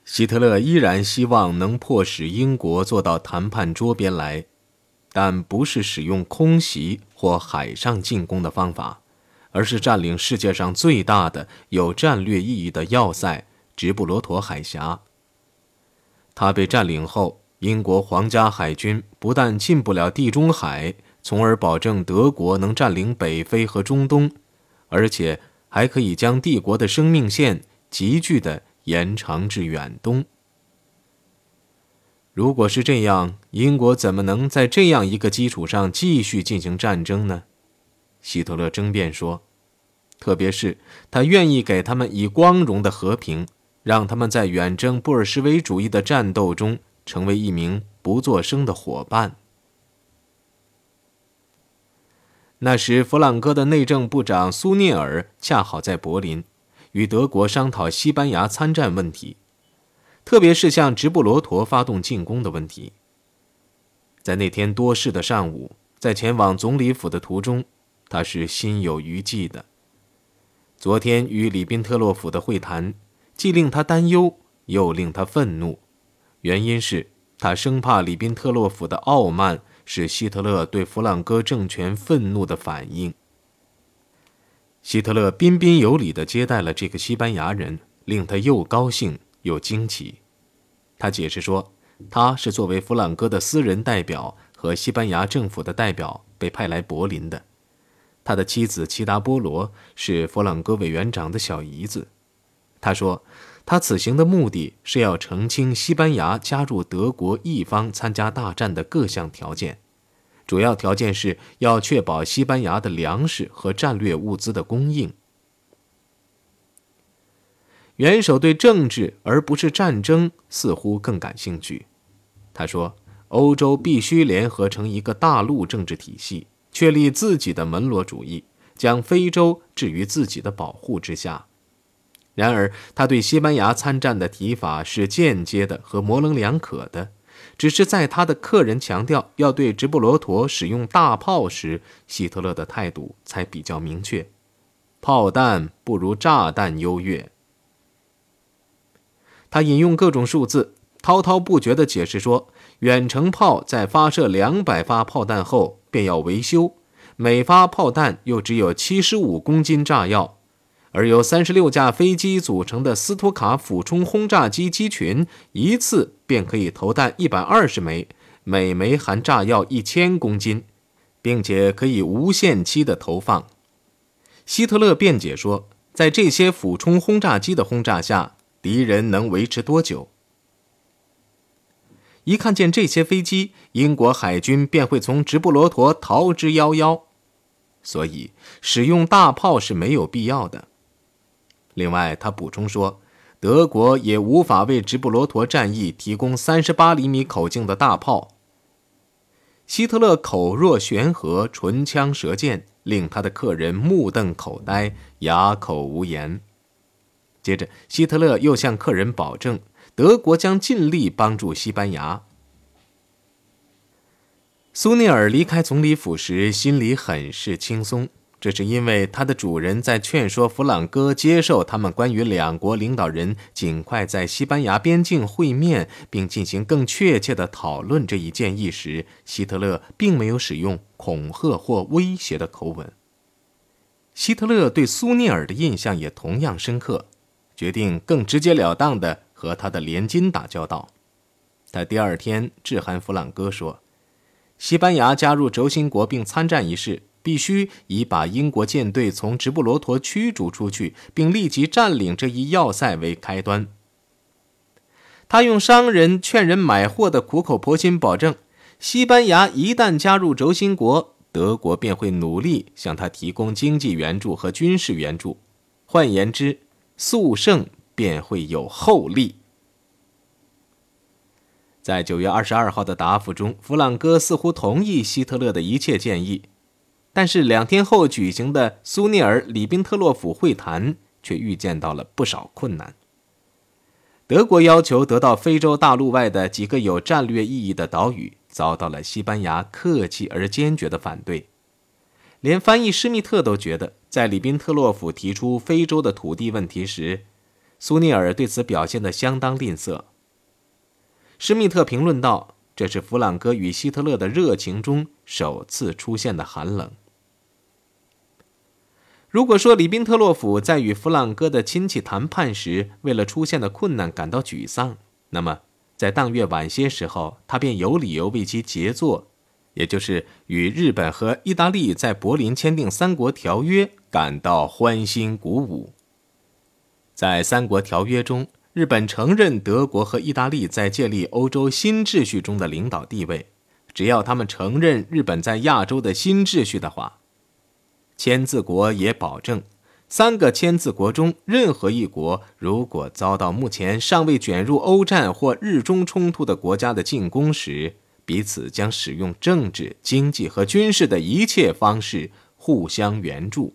希特勒依然希望能迫使英国坐到谈判桌边来，但不是使用空袭或海上进攻的方法，而是占领世界上最大的有战略意义的要塞直布罗陀海峡。它被占领后，英国皇家海军不但进不了地中海，从而保证德国能占领北非和中东，而且还可以将帝国的生命线急剧地延长至远东。如果是这样，英国怎么能在这样一个基础上继续进行战争呢？希特勒争辩说，特别是他愿意给他们以光荣的和平，让他们在远征布尔什维主义的战斗中成为一名不作声的伙伴。那时弗朗哥的内政部长苏涅尔恰好在柏林，与德国商讨西班牙参战问题，特别是向直布罗陀发动进攻的问题。在那天多事的上午，在前往总理府的途中，他是心有余悸的。昨天与里宾特洛甫的会谈，既令他担忧，又令他愤怒，原因是他生怕里宾特洛甫的傲慢是希特勒对弗朗哥政权愤怒的反应。希特勒彬彬有礼地接待了这个西班牙人，令他又高兴又惊奇。他解释说，他是作为弗朗哥的私人代表和西班牙政府的代表被派来柏林的。他的妻子齐达波罗是弗朗哥委员长的小姨子。他说，他此行的目的是要澄清西班牙加入德国一方参加大战的各项条件，主要条件是要确保西班牙的粮食和战略物资的供应。元首对政治而不是战争似乎更感兴趣。他说，欧洲必须联合成一个大陆政治体系，确立自己的门罗主义，将非洲置于自己的保护之下。然而他对西班牙参战的提法是间接的和模棱两可的，只是在他的客人强调要对直布罗陀使用大炮时，希特勒的态度才比较明确，炮弹不如炸弹优越。他引用各种数字，滔滔不绝地解释说，远程炮在发射200发炮弹后便要维修，每发炮弹又只有75公斤炸药，而由36架飞机组成的斯图卡俯冲轰炸机机群一次便可以投弹120枚，每枚含炸药1000公斤，并且可以无限期的投放。希特勒辩解说，在这些俯冲轰炸机的轰炸下，敌人能维持多久？一看见这些飞机，英国海军便会从直布罗陀逃之夭夭，所以使用大炮是没有必要的。另外他补充说，德国也无法为直布罗陀战役提供38厘米口径的大炮。希特勒口若悬河，唇枪舌剑，令他的客人目瞪口呆，哑口无言。接着希特勒又向客人保证，德国将尽力帮助西班牙。苏涅尔离开总理府时心里很是轻松，这是因为他的主人在劝说弗朗哥接受他们关于两国领导人尽快在西班牙边境会面并进行更确切的讨论这一建议时，希特勒并没有使用恐吓或威胁的口吻。希特勒对苏涅尔的印象也同样深刻，决定更直截了当地和他的联军打交道。他第二天致函弗朗哥说，西班牙加入轴心国并参战一事必须以把英国舰队从直布罗陀驱逐出去，并立即占领这一要塞为开端。他用商人劝人买货的苦口婆心保证，西班牙一旦加入轴心国，德国便会努力向他提供经济援助和军事援助，换言之，速胜便会有后力。在9月22号的答复中，弗朗哥似乎同意希特勒的一切建议，但是2天后举行的苏涅尔里宾特洛甫会谈却预见到了不少困难。德国要求得到非洲大陆外的几个有战略意义的岛屿，遭到了西班牙客气而坚决的反对。连翻译施密特都觉得，在里宾特洛甫提出非洲的土地问题时， 苏涅尔对此表现得相当吝啬。施密特评论道，这是弗朗哥与希特勒的热情中首次出现的寒冷。如果说里宾特洛甫在与弗朗哥的亲戚谈判时为了出现的困难感到沮丧，那么在当月晚些时候，他便有理由为其杰作，也就是与日本和意大利在柏林签订三国条约感到欢欣鼓舞。在三国条约中，日本承认德国和意大利在建立欧洲新秩序中的领导地位，只要他们承认日本在亚洲的新秩序的话。签字国也保证，3个签字国中任何一国如果遭到目前尚未卷入欧战或日中冲突的国家的进攻时，彼此将使用政治、经济和军事的一切方式互相援助。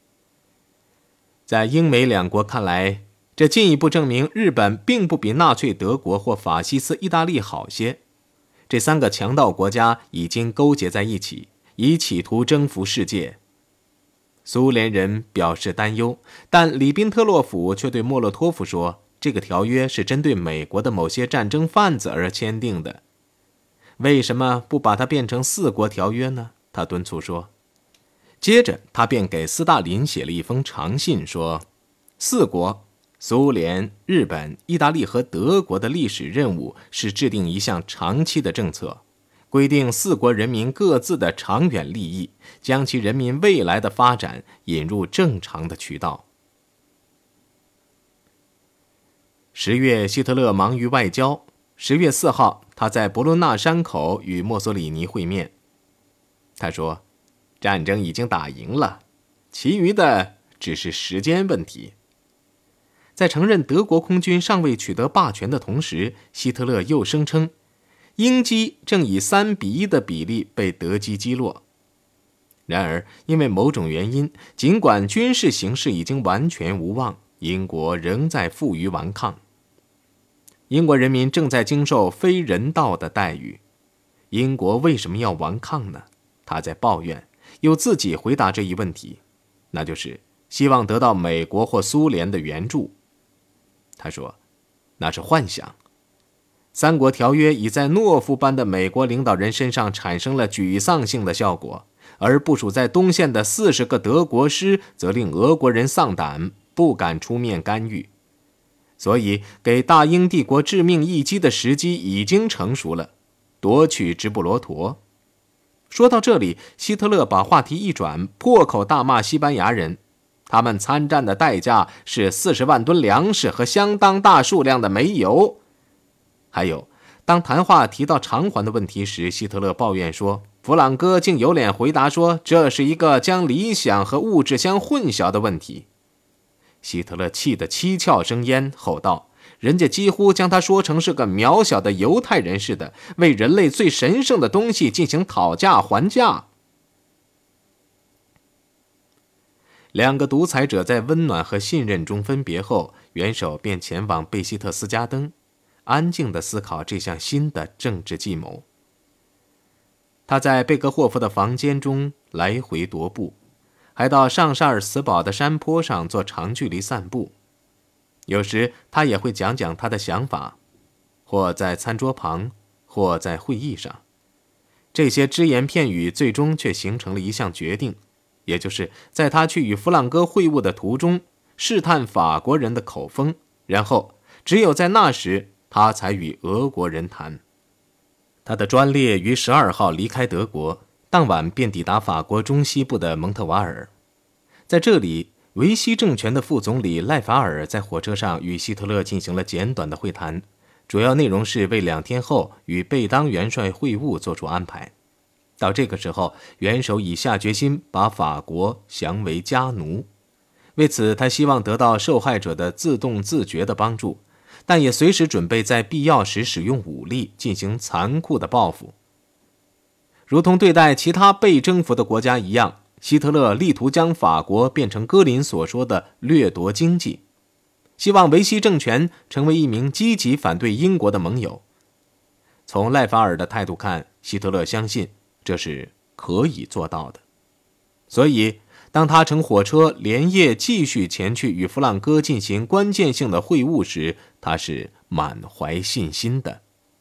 在英美两国看来，这进一步证明日本并不比纳粹德国或法西斯意大利好些。这3个强盗国家已经勾结在一起，以企图征服世界。苏联人表示担忧，但里宾特洛甫却对莫洛托夫说，这个条约是针对美国的某些战争贩子而签订的。为什么不把它变成4国条约呢？他敦促说。接着他便给斯大林写了一封长信，说4国苏联、日本、意大利和德国的历史任务是制定一项长期的政策，规定4国人民各自的长远利益，将其人民未来的发展引入正常的渠道。10月，希特勒忙于外交。10月4号，他在伯罗纳山口与墨索里尼会面。他说，战争已经打赢了，其余的只是时间问题。在承认德国空军尚未取得霸权的同时，希特勒又声称英机正以3:1的比例被德机击落。然而，因为某种原因，尽管军事形势已经完全无望，英国仍在负隅顽抗。英国人民正在经受非人道的待遇。英国为什么要顽抗呢？他在抱怨，又自己回答这一问题，那就是希望得到美国或苏联的援助。他说，那是幻想。3国条约已在懦夫般的美国领导人身上产生了沮丧性的效果，而部署在东线的40个德国师则令俄国人丧胆，不敢出面干预。所以给大英帝国致命一击的时机已经成熟了，夺取直布罗陀。说到这里，希特勒把话题一转，破口大骂西班牙人，他们参战的代价是40万吨粮食和相当大数量的煤油。还有，当谈话提到偿还的问题时，希特勒抱怨说，弗朗哥竟有脸回答说，这是一个将理想和物质相混淆的问题。希特勒气得七窍生烟，吼道，人家几乎将他说成是个渺小的犹太人似的，为人类最神圣的东西进行讨价还价。2个独裁者在温暖和信任中分别后，元首便前往贝希特斯加登，安静地思考这项新的政治计谋。他在贝格霍夫的房间中来回踱步，还到上沙尔茨堡的山坡上做长距离散步。有时他也会讲讲他的想法，或在餐桌旁，或在会议上。这些只言片语最终却形成了一项决定，也就是在他去与弗朗哥会晤的途中试探法国人的口风，然后只有在那时他才与俄国人谈。他的专列于12号离开德国，当晚便抵达法国中西部的蒙特瓦尔。在这里，维希政权的副总理赖法尔在火车上与希特勒进行了简短的会谈，主要内容是为2天后与贝当元帅会晤做出安排。到这个时候，元首已下决心把法国降为家奴。为此，他希望得到受害者的自动自觉的帮助，但也随时准备在必要时使用武力进行残酷的报复。如同对待其他被征服的国家一样，希特勒力图将法国变成戈林所说的掠夺经济，希望维希政权成为一名积极反对英国的盟友。从赖法尔的态度看，希特勒相信这是可以做到的，所以当他乘火车连夜继续前去与弗朗哥进行关键性的会晤时，他是满怀信心的。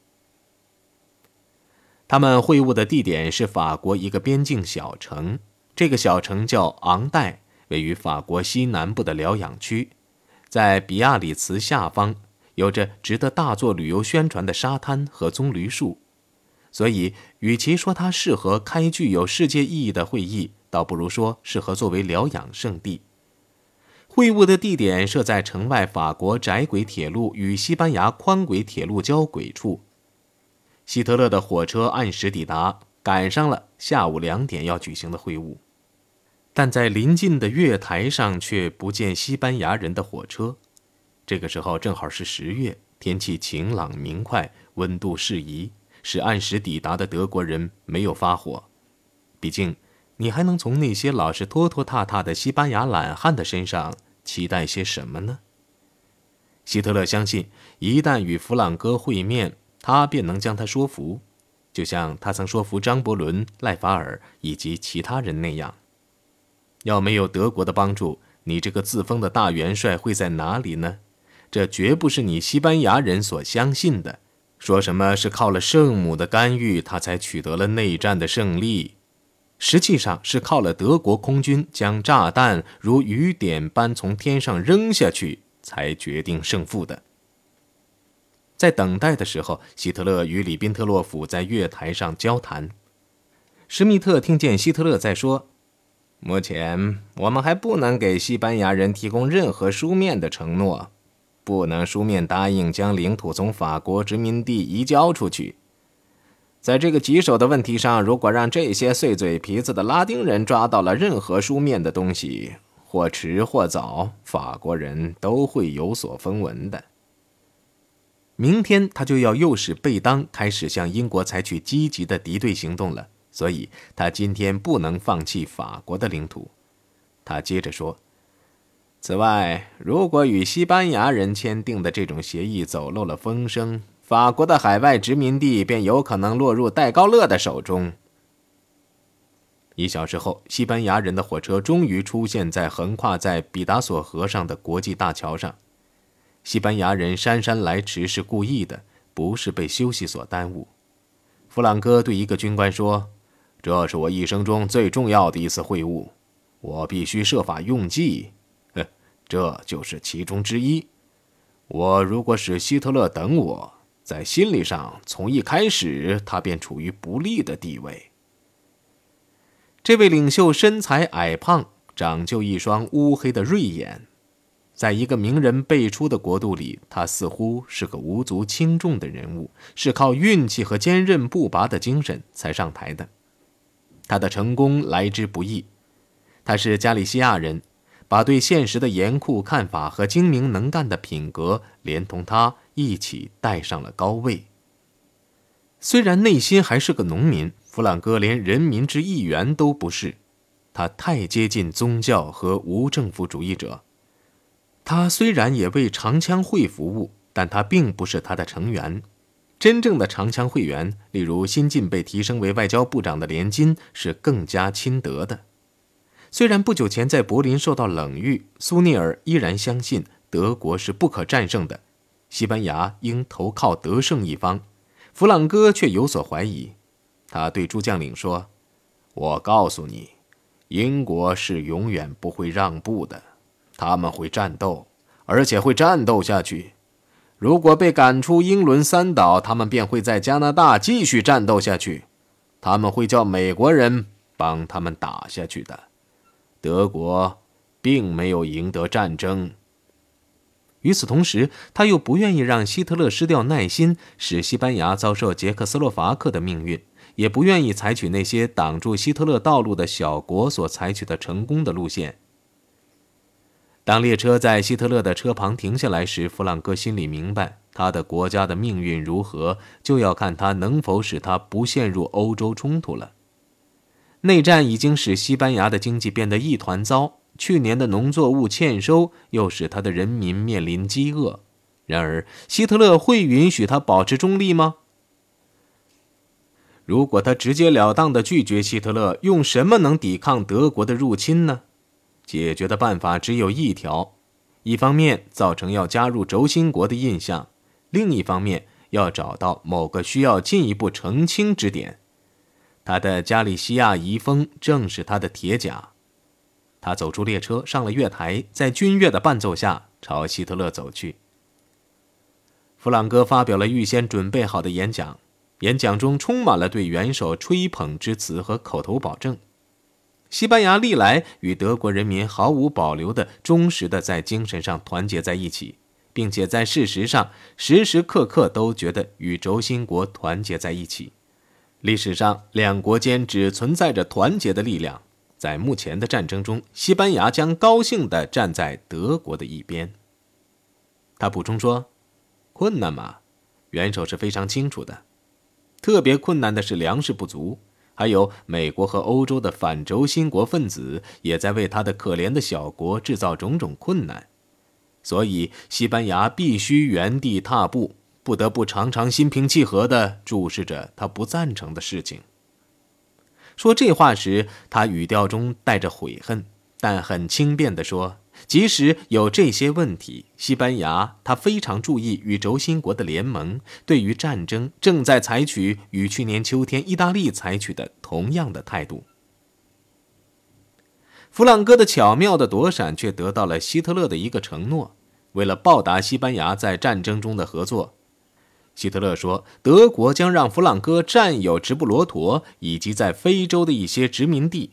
他们会晤的地点是法国一个边境小城，这个小城叫昂代，位于法国西南部的疗养区，在比亚里茨下方，有着值得大做旅游宣传的沙滩和棕榈树。所以与其说它适合开具有世界意义的会议，倒不如说适合作为疗养胜地。会晤的地点设在城外法国窄轨铁路与西班牙宽轨铁路交轨处。希特勒的火车按时抵达，赶上了下午2点要举行的会晤。但在临近的月台上却不见西班牙人的火车。这个时候正好是10月，天气晴朗明快，温度适宜，使按时抵达的德国人没有发火。毕竟你还能从那些老是拖拖沓沓的西班牙懒汉的身上期待些什么呢？希特勒相信，一旦与弗朗哥会面，他便能将他说服，就像他曾说服张伯伦、赖法尔以及其他人那样。要没有德国的帮助，你这个自封的大元帅会在哪里呢？这绝不是你西班牙人所相信的。说什么是靠了圣母的干预，他才取得了内战的胜利，实际上是靠了德国空军将炸弹如雨点般从天上扔下去，才决定胜负的。在等待的时候，希特勒与里宾特洛甫在月台上交谈。施密特听见希特勒在说，目前我们还不能给西班牙人提供任何书面的承诺，不能书面答应将领土从法国殖民地移交出去。在这个棘手的问题上，如果让这些碎嘴皮子的拉丁人抓到了任何书面的东西，或迟或早，法国人都会有所风闻的。明天他就要诱使贝当开始向英国采取积极的敌对行动了，所以他今天不能放弃法国的领土。他接着说，此外，如果与西班牙人签订的这种协议走漏了风声，法国的海外殖民地便有可能落入戴高乐的手中。1小时后，西班牙人的火车终于出现在横跨在比达索河上的国际大桥上。西班牙人姗姗来迟是故意的，不是被休息所耽误。弗朗哥对一个军官说，这是我一生中最重要的一次会晤，我必须设法用计，这就是其中之一。我如果使希特勒等我，在心理上从一开始他便处于不利的地位。这位领袖身材矮胖，长就一双乌黑的锐眼，在一个名人辈出的国度里，他似乎是个无足轻重的人物，是靠运气和坚韧不拔的精神才上台的。他的成功来之不易，他是加利西亚人，把对现实的严酷看法和精明能干的品格连同他一起带上了高位。虽然内心还是个农民，弗朗哥连人民之一员都不是，他太接近宗教和无政府主义者。他虽然也为长枪会服务，但他并不是他的成员。真正的长枪会员，例如新近被提升为外交部长的连金，是更加亲德的。虽然不久前在柏林受到冷遇，苏涅尔依然相信德国是不可战胜的，西班牙应投靠得胜一方。弗朗哥却有所怀疑，他对诸将领说，我告诉你，英国是永远不会让步的，他们会战斗，而且会战斗下去。如果被赶出英伦三岛，他们便会在加拿大继续战斗下去，他们会叫美国人帮他们打下去的。德国并没有赢得战争。与此同时，他又不愿意让希特勒失掉耐心，使西班牙遭受捷克斯洛伐克的命运，也不愿意采取那些挡住希特勒道路的小国所采取的成功的路线。当列车在希特勒的车旁停下来时，弗朗哥心里明白，他的国家的命运如何，就要看他能否使他不陷入欧洲冲突了。内战已经使西班牙的经济变得一团糟，去年的农作物欠收又使他的人民面临饥饿。然而，希特勒会允许他保持中立吗？如果他直截了当地拒绝希特勒，用什么能抵抗德国的入侵呢？ 解决的办法只有一条，一方面造成要加入轴心国的印象，另一方面要找到某个需要进一步澄清之点。他的加利西亚遗风正是他的铁甲。他走出列车，上了月台，在军乐的伴奏下朝希特勒走去。弗朗哥发表了预先准备好的演讲，演讲中充满了对元首吹捧之词和口头保证。西班牙历来与德国人民毫无保留地忠实地在精神上团结在一起，并且在事实上时时刻刻都觉得与轴心国团结在一起。历史上两国间只存在着团结的力量，在目前的战争中，西班牙将高兴地站在德国的一边。他补充说，困难嘛，元首是非常清楚的，特别困难的是粮食不足，还有美国和欧洲的反轴心国分子也在为他的可怜的小国制造种种困难，所以西班牙必须原地踏步，不得不常常心平气和地注视着他不赞成的事情。说这话时，他语调中带着悔恨，但很轻便地说，即使有这些问题，西班牙他非常注意与轴心国的联盟，对于战争正在采取与去年秋天意大利采取的同样的态度。弗朗哥的巧妙的躲闪却得到了希特勒的一个承诺，为了报答西班牙在战争中的合作，希特勒说，德国将让弗朗哥占有直布罗陀以及在非洲的一些殖民地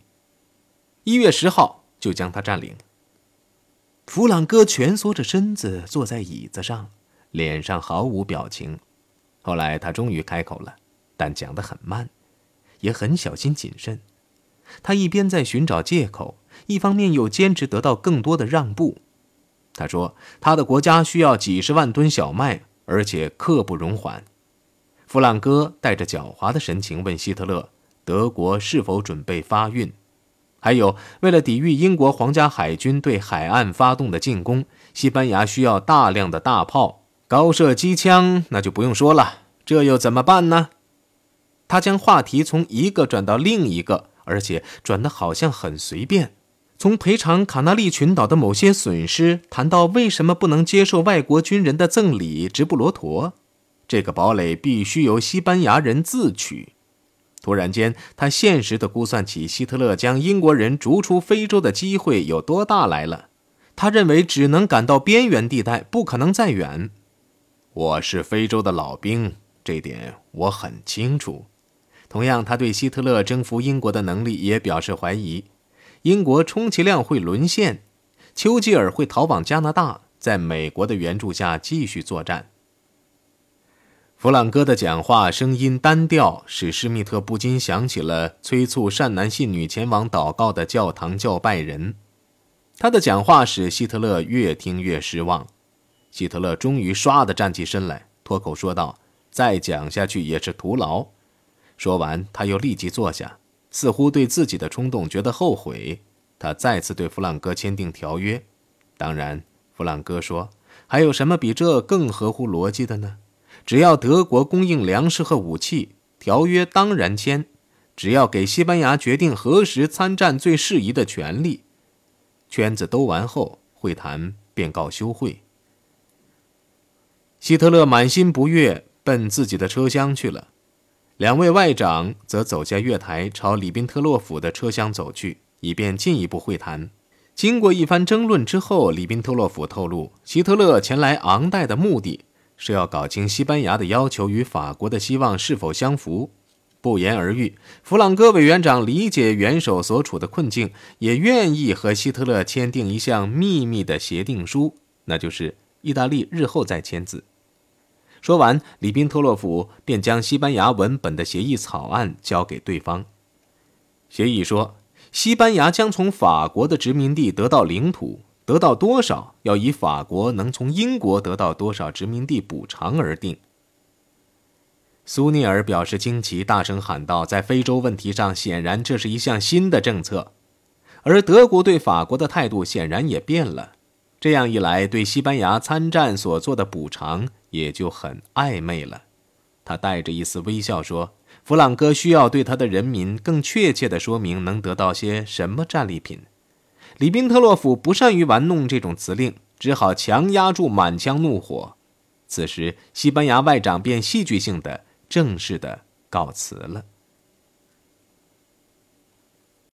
，1月10号就将它占领。弗朗哥蜷缩着身子坐在椅子上，脸上毫无表情。后来他终于开口了，但讲得很慢，也很小心谨慎。他一边在寻找借口，一方面又坚持得到更多的让步。他说，他的国家需要几十万吨小麦，而且刻不容缓。弗朗哥带着狡猾的神情问希特勒，德国是否准备发运？还有，为了抵御英国皇家海军对海岸发动的进攻，西班牙需要大量的大炮、高射机枪，那就不用说了，这又怎么办呢？他将话题从一个转到另一个，而且转得好像很随便，从赔偿卡纳利群岛的某些损失谈到为什么不能接受外国军人的赠礼直布罗陀，这个堡垒必须由西班牙人自取。突然间，他现实地估算起希特勒将英国人逐出非洲的机会有多大来了。他认为只能赶到边缘地带，不可能再远。我是非洲的老兵，这点我很清楚。同样，他对希特勒征服英国的能力也表示怀疑。英国充其量会沦陷，丘吉尔会逃往加拿大，在美国的援助下继续作战。弗朗哥的讲话声音单调，使施密特不禁想起了催促善男信女前往祷告的教堂教拜人。他的讲话使希特勒越听越失望。希特勒终于唰地站起身来，脱口说道，再讲下去也是徒劳。说完，他又立即坐下，似乎对自己的冲动觉得后悔。他再次对弗朗哥签订条约。当然，弗朗哥说，还有什么比这更合乎逻辑的呢？只要德国供应粮食和武器，条约当然签，只要给西班牙决定何时参战最适宜的权利。圈子兜完后，会谈便告休会。希特勒满心不悦，奔自己的车厢去了。两位外长则走下月台，朝里宾特洛甫的车厢走去，以便进一步会谈。经过一番争论之后，里宾特洛甫透露，希特勒前来昂代的目的是要搞清西班牙的要求与法国的希望是否相符。不言而喻，弗朗哥委员长理解元首所处的困境，也愿意和希特勒签订一项秘密的协定书，那就是意大利日后再签字。说完，里宾特洛甫便将西班牙文本的协议草案交给对方。协议说，西班牙将从法国的殖民地得到领土，得到多少要以法国能从英国得到多少殖民地补偿而定。苏涅尔表示惊奇，大声喊道，在非洲问题上，显然这是一项新的政策。而德国对法国的态度显然也变了，这样一来，对西班牙参战所做的补偿也就很暧昧了。他带着一丝微笑说，弗朗哥需要对他的人民更确切地说明能得到些什么战利品。 里宾特洛甫不善于玩弄这种辞令，只好强压住满腔怒火。此时，西班牙外长便戏剧性的、正式的告辞了。